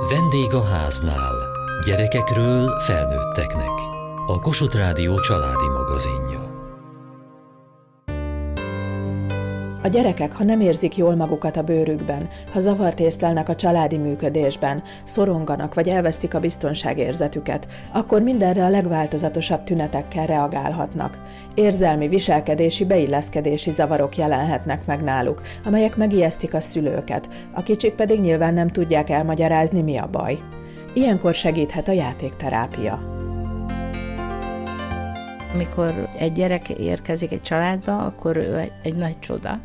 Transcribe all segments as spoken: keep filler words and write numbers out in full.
Vendég a háznál. Gyerekekről felnőtteknek. A Kossuth Rádió családi magazinja. A gyerekek, ha nem érzik jól magukat a bőrükben, ha zavart észlelnek a családi működésben, szoronganak vagy elvesztik a biztonságérzetüket, akkor mindenre a legváltozatosabb tünetekkel reagálhatnak. Érzelmi, viselkedési, beilleszkedési zavarok jelenhetnek meg náluk, amelyek megijesztik a szülőket, a kicsik pedig nyilván nem tudják elmagyarázni, mi a baj. Ilyenkor segíthet a játékterápia. Amikor egy gyerek érkezik egy családba, akkor ő egy nagy csoda,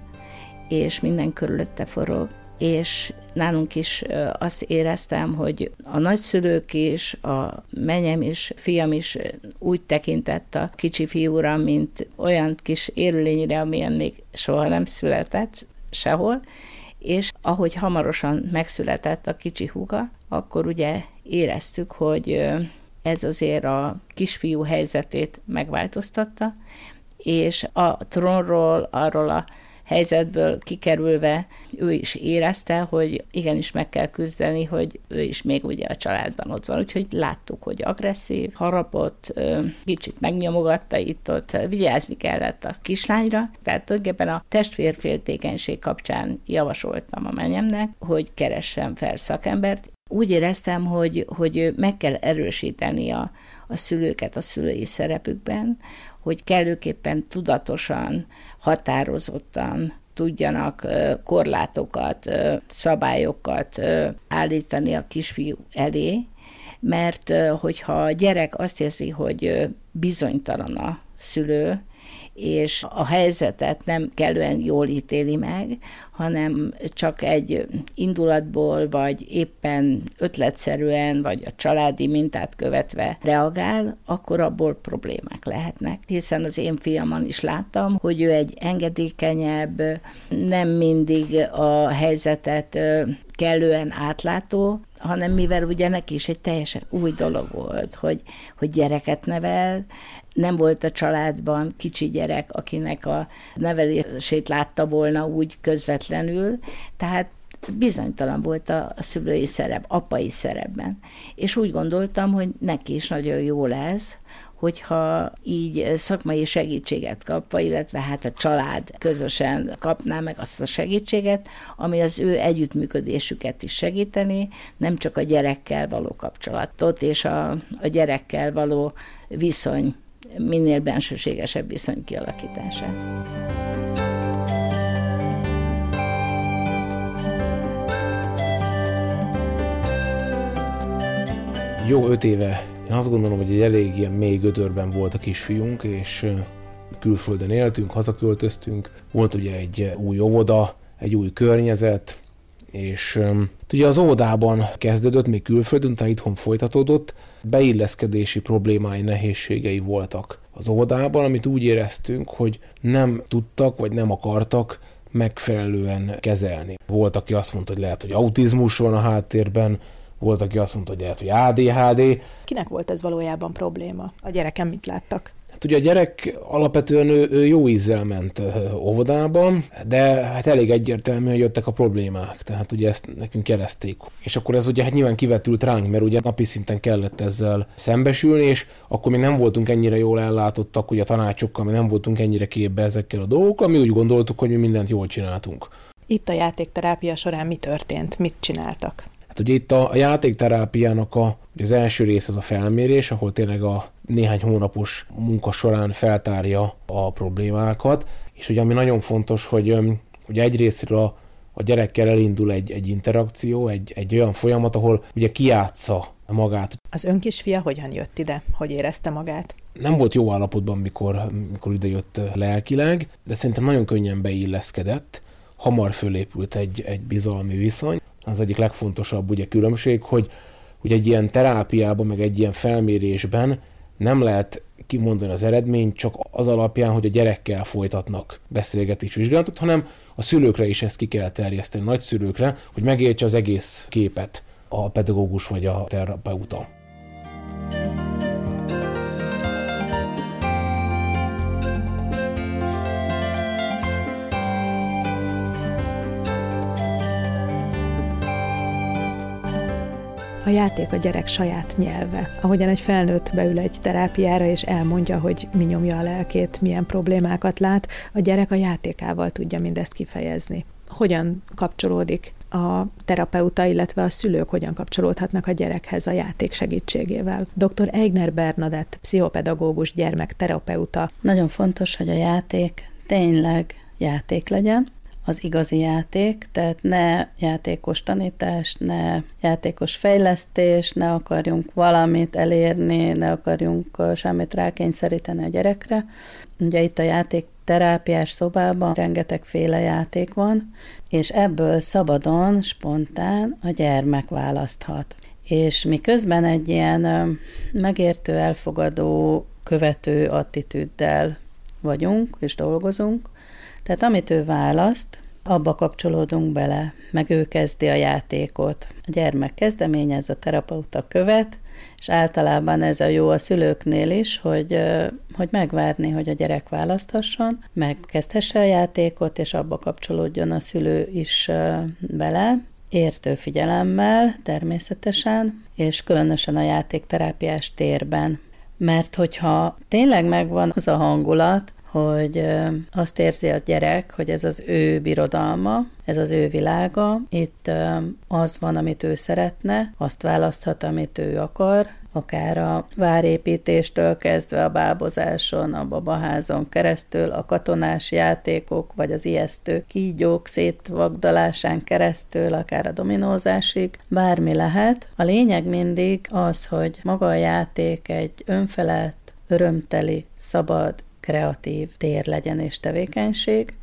és minden körülötte forog. És nálunk is azt éreztem, hogy a nagyszülők is, a menyem is, fiam is úgy tekintett a kicsi fiúra, mint olyan kis élőlényre, amilyen még soha nem született sehol, és ahogy hamarosan megszületett a kicsi húga, akkor ugye éreztük, hogy ez azért a kisfiú helyzetét megváltoztatta, és a trónról, arról a helyzetből kikerülve ő is érezte, hogy igenis meg kell küzdeni, hogy ő is még ugye a családban ott van. Úgyhogy láttuk, hogy agresszív, harapott, kicsit megnyomogatta itt-ott, vigyázni kellett a kislányra. Tehát tulajdonképpen a testvérféltékenység kapcsán javasoltam a menyemnek, hogy keressen fel szakembert. Úgy éreztem, hogy, hogy meg kell erősíteni a, a szülőket a szülői szerepükben, hogy kellőképpen tudatosan, határozottan tudjanak korlátokat, szabályokat állítani a kisfiú elé, mert hogyha a gyerek azt érzi, hogy bizonytalan a szülő, és a helyzetet nem kellően jól ítéli meg, hanem csak egy indulatból, vagy éppen ötletszerűen, vagy a családi mintát követve reagál, akkor abból problémák lehetnek. Hiszen az én fiamon is láttam, hogy ő egy engedékenyebb, nem mindig a helyzetet kellően átlátó, hanem mivel ugye neki is egy teljesen új dolog volt, hogy, hogy gyereket nevel, nem volt a családban kicsi gyerek, akinek a nevelését látta volna úgy közvetlenül, tehát bizonytalan volt a, a szülői szerep, apai szerepben. És úgy gondoltam, hogy neki is nagyon jó lesz, hogyha így szakmai segítséget kapva, illetve hát a család közösen kapná meg azt a segítséget, ami az ő együttműködésüket is segíteni, nem csak a gyerekkel való kapcsolatot, és a, a gyerekkel való viszony, minél bensőségesebb viszony kialakítását. Jó öt éve, én azt gondolom, hogy egy elég ilyen mély gödörben volt a kisfiunk, és külföldön éltünk, hazaköltöztünk, volt ugye egy új óvoda, egy új környezet, és ugye az óvodában kezdődött, még külföldön, utána itthon folytatódott, beilleszkedési problémái, nehézségei voltak az óvodában, amit úgy éreztünk, hogy nem tudtak, vagy nem akartak megfelelően kezelni. Volt, aki azt mondta, hogy lehet, hogy autizmus van a háttérben, volt, aki azt mondta, hogy lehet, hogy á dé há dé. Kinek volt ez valójában probléma? A gyereken mit láttak? Hát ugye a gyerek alapvetően ő, ő jó ízzel ment óvodában, de hát elég egyértelműen jöttek a problémák, tehát ugye ezt nekünk jelezték. És akkor ez ugye hát nyilván kivetült ránk, mert ugye napi szinten kellett ezzel szembesülni, és akkor még nem voltunk ennyire jól ellátottak, ugye a tanácsokkal, mi nem voltunk ennyire képbe ezekkel a dolgokkal, mi úgy gondoltuk, hogy mi mindent jól csináltunk. Itt a játékterápia során mi történt? Mit csináltak? Hát ugye itt a, a játékterápiának a, az első rész az a felmérés, ahol tényleg a néhány hónapos munka során feltárja a problémákat, és ugye ami nagyon fontos, hogy ugye egyrésztről a, a gyerekkel elindul egy, egy interakció, egy, egy olyan folyamat, ahol ugye kijátsza magát. Az ön kisfia hogyan jött ide? Hogy érezte magát? Nem volt jó állapotban, mikor, mikor ide jött lelkileg, de szerintem nagyon könnyen beilleszkedett, hamar fölépült egy, egy bizalmi viszony. Az egyik legfontosabb ugye különbség, hogy ugye egy ilyen terápiában, meg egy ilyen felmérésben nem lehet kimondani az eredményt csak az alapján, hogy a gyerekkel folytatnak beszélgetés vizsgálatot, hanem a szülőkre is ezt ki kell terjeszteni, nagyszülőkre, hogy megértse az egész képet a pedagógus vagy a terapeuta. A játék a gyerek saját nyelve. Ahogyan egy felnőtt beül egy terápiára, és elmondja, hogy mi nyomja a lelkét, milyen problémákat lát, a gyerek a játékával tudja mindezt kifejezni. Hogyan kapcsolódik a terapeuta, illetve a szülők hogyan kapcsolódhatnak a gyerekhez a játék segítségével? doktor Eigner Bernadett, pszichopedagógus, gyermekterapeuta. Nagyon fontos, hogy a játék tényleg játék legyen, az igazi játék, tehát ne játékos tanítás, ne játékos fejlesztés, ne akarjunk valamit elérni, ne akarjunk semmit rákényszeríteni a gyerekre. Ugye itt a játék terápiás szobában rengetegféle játék van, és ebből szabadon, spontán a gyermek választhat. És miközben egy ilyen megértő, elfogadó, követő attitűddel vagyunk és dolgozunk, tehát amit ő választ, abba kapcsolódunk bele, meg ő kezdi a játékot. A gyermek kezdeményez, a terapeuta követ, és általában ez a jó a szülőknél is, hogy, hogy megvárni, hogy a gyerek választhasson, megkezdhesse a játékot, és abba kapcsolódjon a szülő is bele, értő figyelemmel természetesen, és különösen a játékterápiás térben. Mert hogyha tényleg megvan az a hangulat, hogy azt érzi a gyerek, hogy ez az ő birodalma, ez az ő világa, itt az van, amit ő szeretne, azt választhat, amit ő akar, akár a várépítéstől kezdve a bábozáson, a babaházon keresztül, a katonás játékok, vagy az ijesztő kígyók szétvagdalásán keresztül, akár a dominózásig, bármi lehet. A lényeg mindig az, hogy maga a játék egy önfelett, örömteli, szabad, kreatív tér legyen és tevékenység,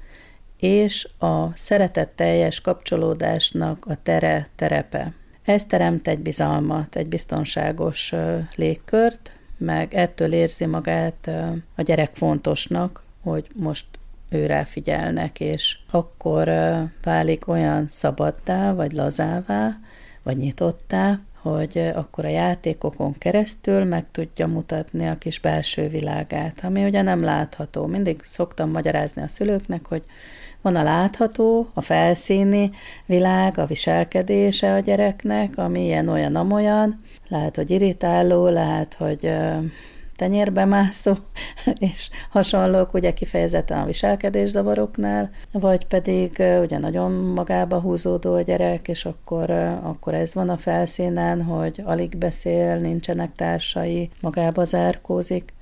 és a szeretetteljes kapcsolódásnak a tere, terepe. Ez teremt egy bizalmat, egy biztonságos légkört, meg ettől érzi magát a gyerek fontosnak, hogy most őrá figyelnek, és akkor válik olyan szabaddá, vagy lazává, vagy nyitottá, hogy akkor a játékokon keresztül meg tudja mutatni a kis belső világát, ami ugye nem látható. Mindig szoktam magyarázni a szülőknek, hogy van a látható, a felszíni világ, a viselkedése a gyereknek, ami ilyen-olyan-amolyan, lehet, hogy irritáló, lehet, hogy tenyérbe mászó, és hasonlók ugye kifejezetten a viselkedészavaroknál, vagy pedig ugye nagyon magába húzódó a gyerek, és akkor, akkor ez van a felszínen, hogy alig beszél, nincsenek társai, magába zárkózik.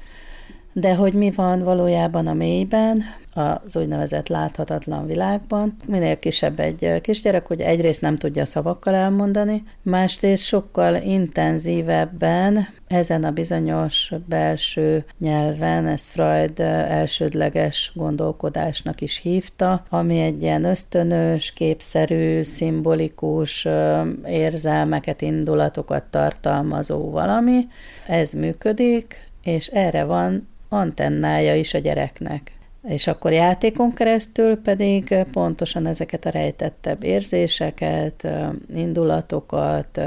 De hogy mi van valójában a mélyben, az úgynevezett láthatatlan világban. Minél kisebb egy kisgyerek, hogy egyrészt nem tudja szavakkal elmondani, másrészt sokkal intenzívebben ezen a bizonyos belső nyelven, ezt Freud elsődleges gondolkodásnak is hívta, ami egy ilyen ösztönös, képszerű, szimbolikus érzelmeket, indulatokat tartalmazó valami. Ez működik, és erre van antennája is a gyereknek. És akkor játékon keresztül pedig pontosan ezeket a rejtettebb érzéseket, indulatokat,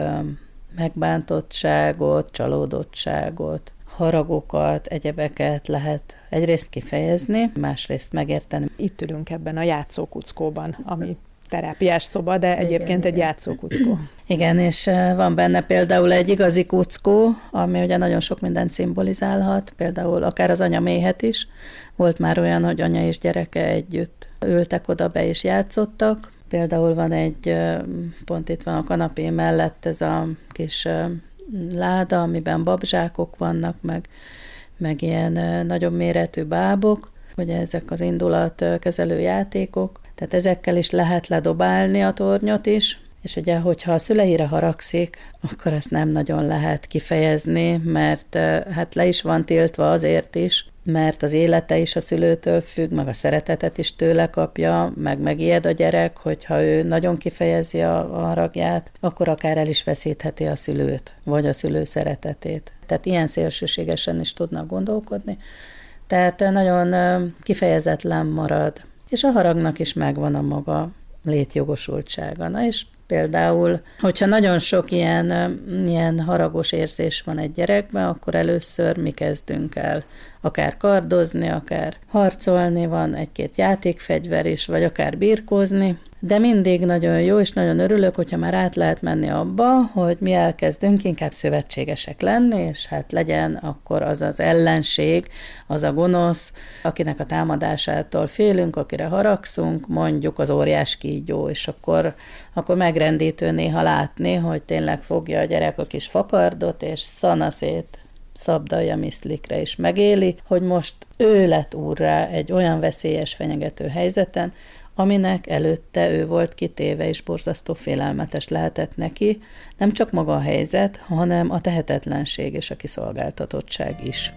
megbántottságot, csalódottságot, haragokat, egyebeket lehet egyrészt kifejezni, másrészt megérteni. Itt ülünk ebben a játszókuckóban, ami terápiás szoba, de egyébként igen, egy játszókuckó. Igen, és van benne például egy igazi kuckó, ami ugye nagyon sok mindent szimbolizálhat, például akár az anyaméhet is. Volt már olyan, hogy anya és gyereke együtt ültek oda be és játszottak. Például van egy, pont itt van a kanapé mellett ez a kis láda, amiben babzsákok vannak, meg, meg ilyen nagyobb méretű bábok, ugye ezek az indulatkezelő játékok. Tehát ezekkel is lehet ledobálni a tornyot is, és ugye, hogyha a szüleire haragszik, akkor ezt nem nagyon lehet kifejezni, mert hát le is van tiltva azért is, mert az élete is a szülőtől függ, meg a szeretetet is tőle kapja, meg megijed a gyerek, hogyha ő nagyon kifejezi a, a haragját, akkor akár el is veszítheti a szülőt, vagy a szülő szeretetét. Tehát ilyen szélsőségesen is tudnak gondolkodni. Tehát nagyon kifejezetlen marad. És a haragnak is megvan a maga létjogosultsága. Na és például, hogyha nagyon sok ilyen, ilyen haragos érzés van egy gyerekben, akkor először mi kezdünk el akár kardozni, akár harcolni, van egy-két játékfegyver is, vagy akár birkózni, de mindig nagyon jó, és nagyon örülök, hogyha már át lehet menni abba, hogy mi elkezdünk inkább szövetségesek lenni, és hát legyen akkor az az ellenség, az a gonosz, akinek a támadásától félünk, akire haragszunk, mondjuk az óriás kígyó, és akkor, akkor megrendítő néha látni, hogy tényleg fogja a gyerek a kis fakardot, és szanaszét szabdalja miszlikre, és megéli, hogy most ő lett úrrá egy olyan veszélyes, fenyegető helyzeten, aminek előtte ő volt kitéve, és borzasztó félelmetes lehetett neki, nem csak maga a helyzet, hanem a tehetetlenség és a kiszolgáltatottság is.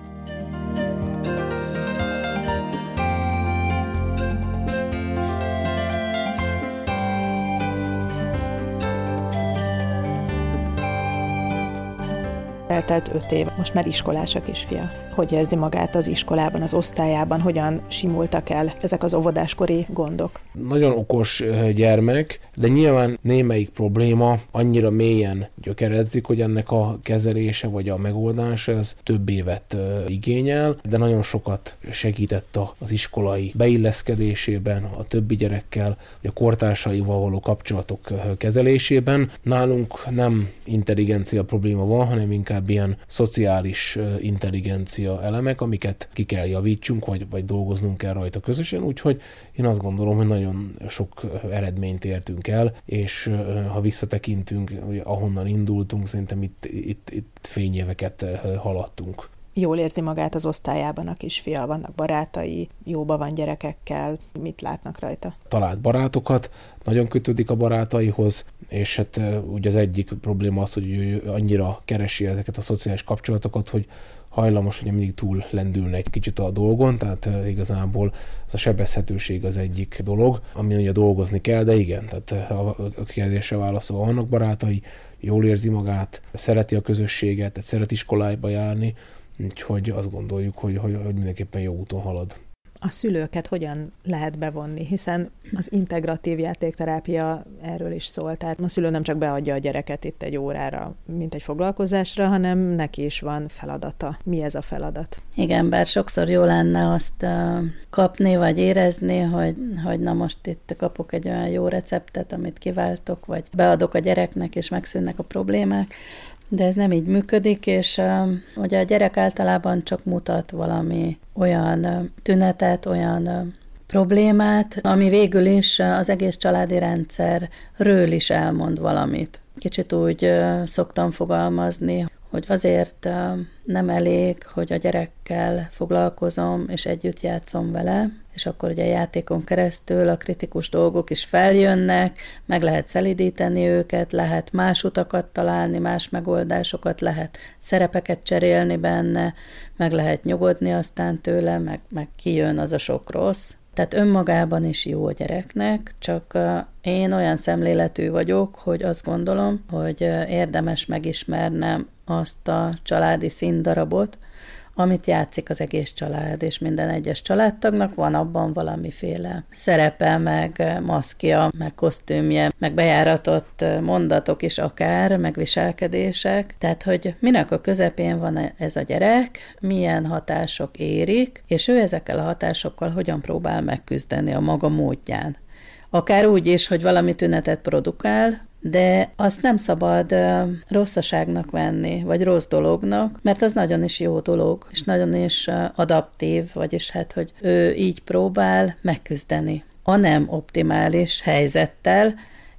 Eltelt öt év, most már iskolás a kisfia. Hogy érzi magát az iskolában, az osztályában, hogyan simultak el ezek az óvodáskori gondok? Nagyon okos gyermek, de nyilván némelyik probléma annyira mélyen gyökeredzik, hogy ennek a kezelése vagy a megoldása ez több évet igényel, de nagyon sokat segített az iskolai beilleszkedésében, a többi gyerekkel, vagy a kortársaival való kapcsolatok kezelésében. Nálunk nem intelligencia probléma van, hanem inkább ilyen szociális intelligencia elemek, amiket ki kell javítsunk, vagy, vagy dolgoznunk kell rajta közösen, úgyhogy én azt gondolom, hogy nagyon sok eredményt értünk el, és ha visszatekintünk, ahonnan indultunk, szerintem itt, itt, itt fényéveket haladtunk. Jól érzi magát az osztályában a kisfia, vannak barátai, jóba van gyerekekkel, mit látnak rajta? Talált barátokat, nagyon kötődik a barátaihoz, és hát ugye az egyik probléma az, hogy ő annyira keresi ezeket a szociális kapcsolatokat, hogy hajlamos, hogy mindig túl lendülne egy kicsit a dolgon, tehát igazából ez a sebezhetőség az egyik dolog, amin ugye dolgozni kell, de igen, tehát a kérdésre válaszolva vannak barátai, jól érzi magát, szereti a közösséget, tehát szeret iskolába járni, úgyhogy azt gondoljuk, hogy, hogy, hogy mindenképpen jó úton halad. A szülőket hogyan lehet bevonni, hiszen az integratív játékterápia erről is szól, tehát a szülő nem csak beadja a gyereket itt egy órára, mint egy foglalkozásra, hanem neki is van feladata. Mi ez a feladat? Igen, bár sokszor jó lenne azt uh, kapni, vagy érezni, hogy, hogy na most itt kapok egy olyan jó receptet, amit kiváltok, vagy beadok a gyereknek, és megszűnnek a problémák, de ez nem így működik, és uh, ugye a gyerek általában csak mutat valami olyan uh, tünetet, olyan uh, problémát, ami végül is uh, az egész családi rendszerről is elmond valamit. Kicsit úgy uh, szoktam fogalmazni, hogy azért uh, nem elég, hogy a gyerekkel foglalkozom, és együtt játszom vele, és akkor ugye a játékon keresztül a kritikus dolgok is feljönnek, meg lehet szelidíteni őket, lehet más utakat találni, más megoldásokat, lehet szerepeket cserélni benne, meg lehet nyugodni aztán tőle, meg, meg kijön az a sok rossz. Tehát önmagában is jó a gyereknek, csak én olyan szemléletű vagyok, hogy azt gondolom, hogy érdemes megismernem azt a családi színdarabot, amit játszik az egész család, és minden egyes családtagnak van abban valamiféle szerepe, meg maszkja, meg kosztümje, meg bejáratott mondatok is akár, meg viselkedések. Tehát, hogy minek a közepén van ez a gyerek, milyen hatások érik, és ő ezekkel a hatásokkal hogyan próbál megküzdeni a maga módján. Akár úgy is, hogy valami tünetet produkál, de azt nem szabad uh, rosszaságnak venni, vagy rossz dolognak, mert az nagyon is jó dolog, és nagyon is uh, adaptív, vagyis hát, hogy ő így próbál megküzdeni a nem optimális helyzettel,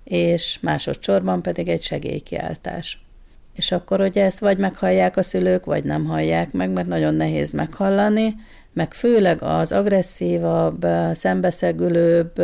és másodszorban pedig egy segélykiáltás. És akkor ugye ezt vagy meghallják a szülők, vagy nem hallják meg, mert nagyon nehéz meghallani, meg főleg az agresszívabb, szembeszegülőbb,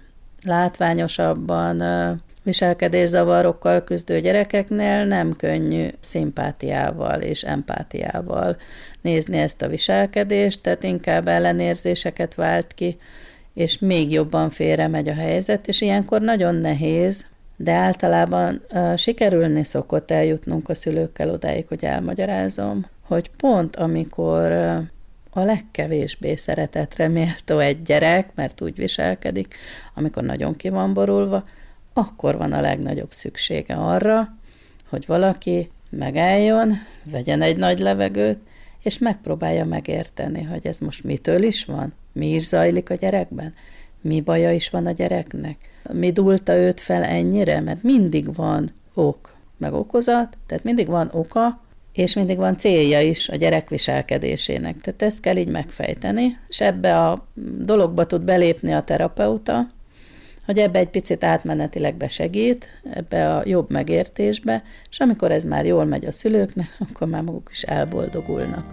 látványosabban viselkedészavarokkal küzdő gyerekeknél nem könnyű szimpátiával és empátiával nézni ezt a viselkedést, tehát inkább ellenérzéseket vált ki, és még jobban félre megy a helyzet, és ilyenkor nagyon nehéz, de általában uh, sikerülni szokott eljutnunk a szülőkkel odáig, hogy elmagyarázom, hogy pont amikor uh, a legkevésbé szeretetre méltó egy gyerek, mert úgy viselkedik, amikor nagyon ki van borulva, akkor van a legnagyobb szüksége arra, hogy valaki megálljon, vegyen egy nagy levegőt, és megpróbálja megérteni, hogy ez most mitől is van, mi is zajlik a gyerekben, mi baja is van a gyereknek, mi dúlta őt fel ennyire, mert mindig van ok, meg okozat, tehát mindig van oka, és mindig van célja is a gyerek viselkedésének. Tehát ezt kell így megfejteni, és ebbe a dologba tud belépni a terapeuta, hogy ebbe egy picit átmenetileg besegít, ebbe a jobb megértésbe, és amikor ez már jól megy a szülőknek, akkor már maguk is elboldogulnak.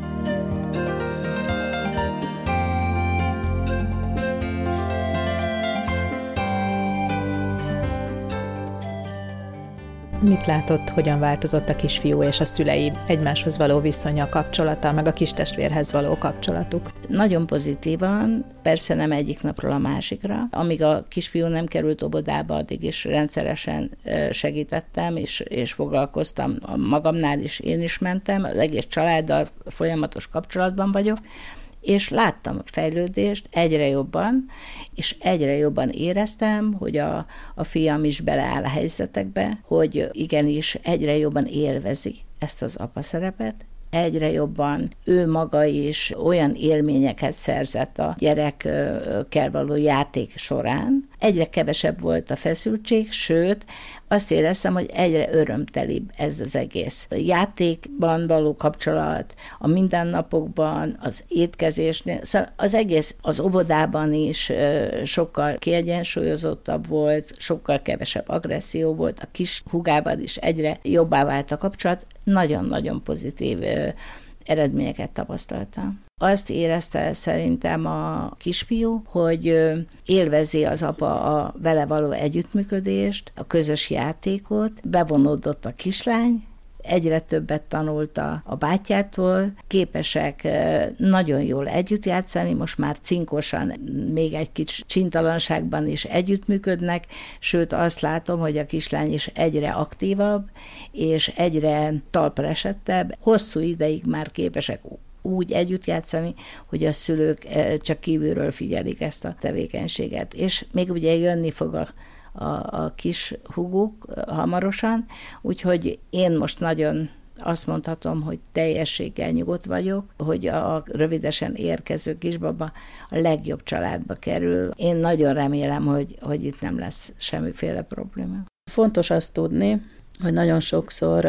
Mit látott, hogyan változott a kisfiú és a szülei egymáshoz való viszonya, kapcsolata, meg a kistestvérhez való kapcsolatuk? Nagyon pozitívan, persze nem egyik napról a másikra. Amíg a kisfiú nem került óvodába, addig is rendszeresen segítettem, és, és foglalkoztam magamnál is, én is mentem, az egész családdal folyamatos kapcsolatban vagyok, és láttam a fejlődést egyre jobban, és egyre jobban éreztem, hogy a, a fiam is beleáll a helyzetekbe, hogy igenis egyre jobban élvezi ezt az apa szerepet, egyre jobban ő maga is olyan élményeket szerzett a gyerekkel való játék során. Egyre kevesebb volt a feszültség, sőt, azt éreztem, hogy egyre örömtelibb ez az egész. A játékban való kapcsolat, a mindennapokban, az étkezésnél, szóval az egész az óvodában is sokkal kiegyensúlyozottabb volt, sokkal kevesebb agresszió volt, a kis húgával is egyre jobbá vált a kapcsolat, nagyon-nagyon pozitív eredményeket tapasztaltam. Azt érezte szerintem a kisfiú, hogy élvezi az apa a vele való együttműködést, a közös játékot, bevonódott a kislány, egyre többet tanulta a bátyjától, képesek nagyon jól együtt játszani, most már cinkosan, még egy kicsi csintalanságban is együttműködnek, sőt azt látom, hogy a kislány is egyre aktívabb, és egyre talpra esettebb, hosszú ideig már képesek úgy együtt játszani, hogy a szülők csak kívülről figyelik ezt a tevékenységet. És még ugye jönni fog a A, a kis húguk hamarosan, úgyhogy én most nagyon azt mondhatom, hogy teljességgel nyugodt vagyok, hogy a rövidesen érkező kisbaba a legjobb családba kerül. Én nagyon remélem, hogy, hogy itt nem lesz semmiféle probléma. Fontos azt tudni, hogy nagyon sokszor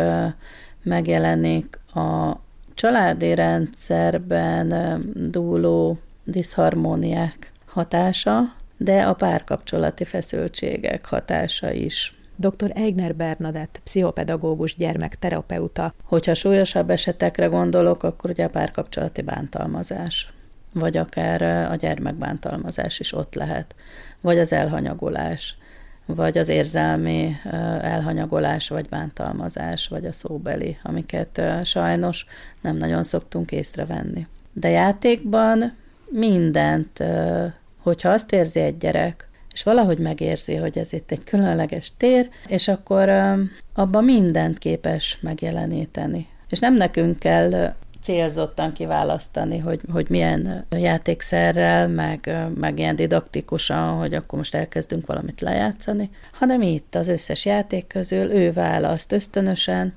megjelenik a családi rendszerben dúló diszharmóniák hatása, de a párkapcsolati feszültségek hatása is. doktor Eigner Bernadett, pszichopedagógus, gyermekterapeuta. Hogyha súlyosabb esetekre gondolok, akkor ugye a párkapcsolati bántalmazás, vagy akár a gyermekbántalmazás is ott lehet, vagy az elhanyagolás, vagy az érzelmi elhanyagolás, vagy bántalmazás, vagy a szóbeli, amiket sajnos nem nagyon szoktunk észrevenni. De játékban mindent, hogyha azt érzi egy gyerek, és valahogy megérzi, hogy ez itt egy különleges tér, és akkor abban mindent képes megjeleníteni. És nem nekünk kell célzottan kiválasztani, hogy, hogy milyen játékszerrel, meg, meg ilyen didaktikusan, hogy akkor most elkezdünk valamit lejátszani, hanem itt az összes játék közül ő választ ösztönösen,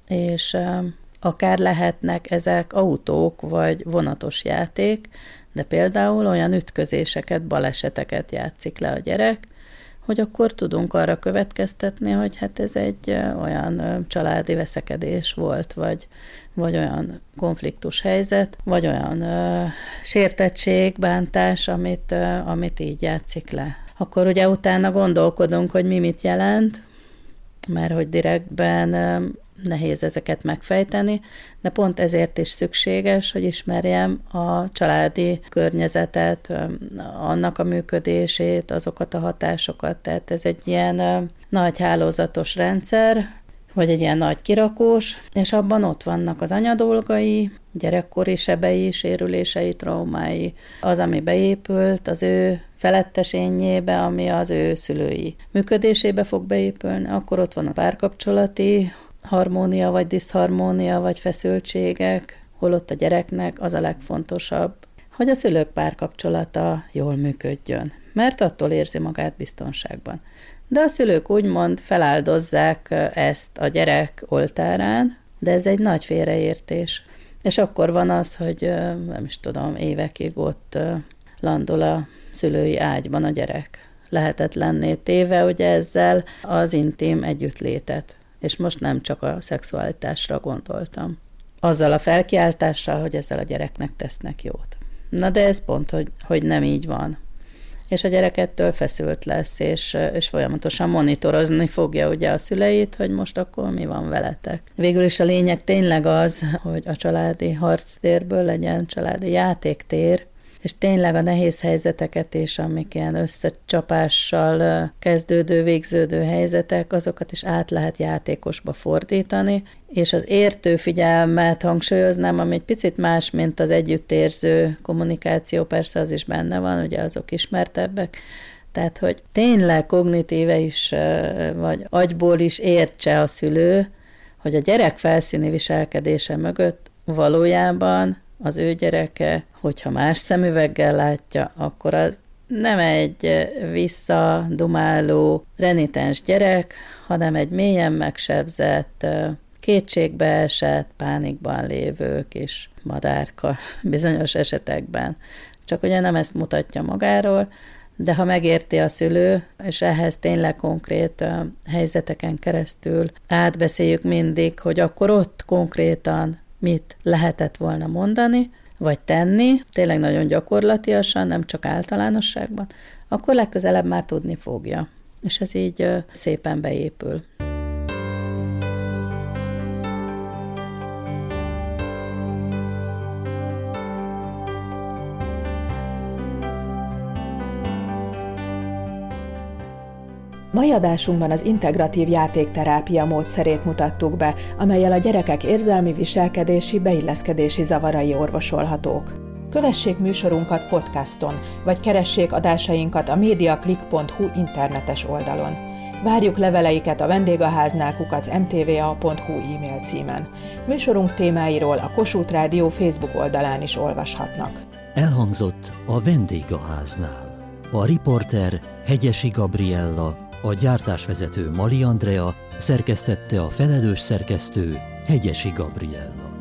és akár lehetnek ezek autók, vagy vonatos játék, de például olyan ütközéseket, baleseteket játszik le a gyerek, hogy akkor tudunk arra következtetni, hogy hát ez egy olyan családi veszekedés volt, vagy, vagy olyan konfliktus helyzet, vagy olyan ö, sértettség, bántás, amit, ö, amit így játszik le. Akkor ugye utána gondolkodunk, hogy mi mit jelent, mert hogy direktben ö, nehéz ezeket megfejteni, de pont ezért is szükséges, hogy ismerjem a családi környezetet, annak a működését, azokat a hatásokat. Tehát ez egy ilyen nagy hálózatos rendszer, vagy egy ilyen nagy kirakós, és abban ott vannak az anyadolgai, gyerekkori sebei, sérülései, traumái, az, ami beépült az ő felettesényébe, ami az ő szülői működésébe fog beépülni, akkor ott van a párkapcsolati harmónia, vagy diszharmónia, vagy feszültségek, holott a gyereknek az a legfontosabb, hogy a szülők párkapcsolata jól működjön, mert attól érzi magát biztonságban. De a szülők úgymond feláldozzák ezt a gyerek oltárán, de ez egy nagy félreértés. És akkor van az, hogy nem is tudom, évekig ott landol a szülői ágyban a gyerek. Lehetetlenné téve, hogy ezzel az intim együttlétet. És most nem csak a szexualitásra gondoltam. Azzal a felkiáltással, hogy ezzel a gyereknek tesznek jót. Na de ez pont, hogy, hogy nem így van. És a gyerek ettől feszült lesz, és, és folyamatosan monitorozni fogja ugye a szüleit, hogy most akkor mi van veletek. Végül is a lényeg tényleg az, hogy a családi harctérből legyen családi játéktér, és tényleg a nehéz helyzeteket és amik ilyen összecsapással kezdődő, végződő helyzetek, azokat is át lehet játékosba fordítani, és az értő figyelmet hangsúlyoznám, ami egy picit más, mint az együttérző kommunikáció, persze az is benne van, ugye azok ismertebbek, tehát, hogy tényleg kognitíve is, vagy agyból is értse a szülő, hogy a gyerek felszíni viselkedése mögött valójában az ő gyereke, hogyha más szemüveggel látja, akkor az nem egy visszadumáló, renitens gyerek, hanem egy mélyen megsebzett, kétségbeesett, pánikban lévő kis madárka bizonyos esetekben. Csak ugye nem ezt mutatja magáról, de ha megérti a szülő, és ehhez tényleg konkrét helyzeteken keresztül átbeszéljük mindig, hogy akkor ott konkrétan mit lehetett volna mondani, vagy tenni, tényleg nagyon gyakorlatiasan, nem csak általánosságban, akkor legközelebb már tudni fogja. És ez így szépen beépül. Mai adásunkban az integratív játékterápia módszerét mutattuk be, amellyel a gyerekek érzelmi, viselkedési, beilleszkedési zavarai orvosolhatók. Kövessék műsorunkat podcaston, vagy keressék adásainkat a mediaclick pont hu internetes oldalon. Várjuk leveleiket a vendégháznál kukac em té vé á pont hu e-mail címen. Műsorunk témáiról a Kossuth Rádió Facebook oldalán is olvashatnak. Elhangzott a vendégháznál. A riporter Hegyesi Gabriella, a gyártásvezető Mali Andrea, szerkesztette a felelős szerkesztő Hegyesi Gabriella.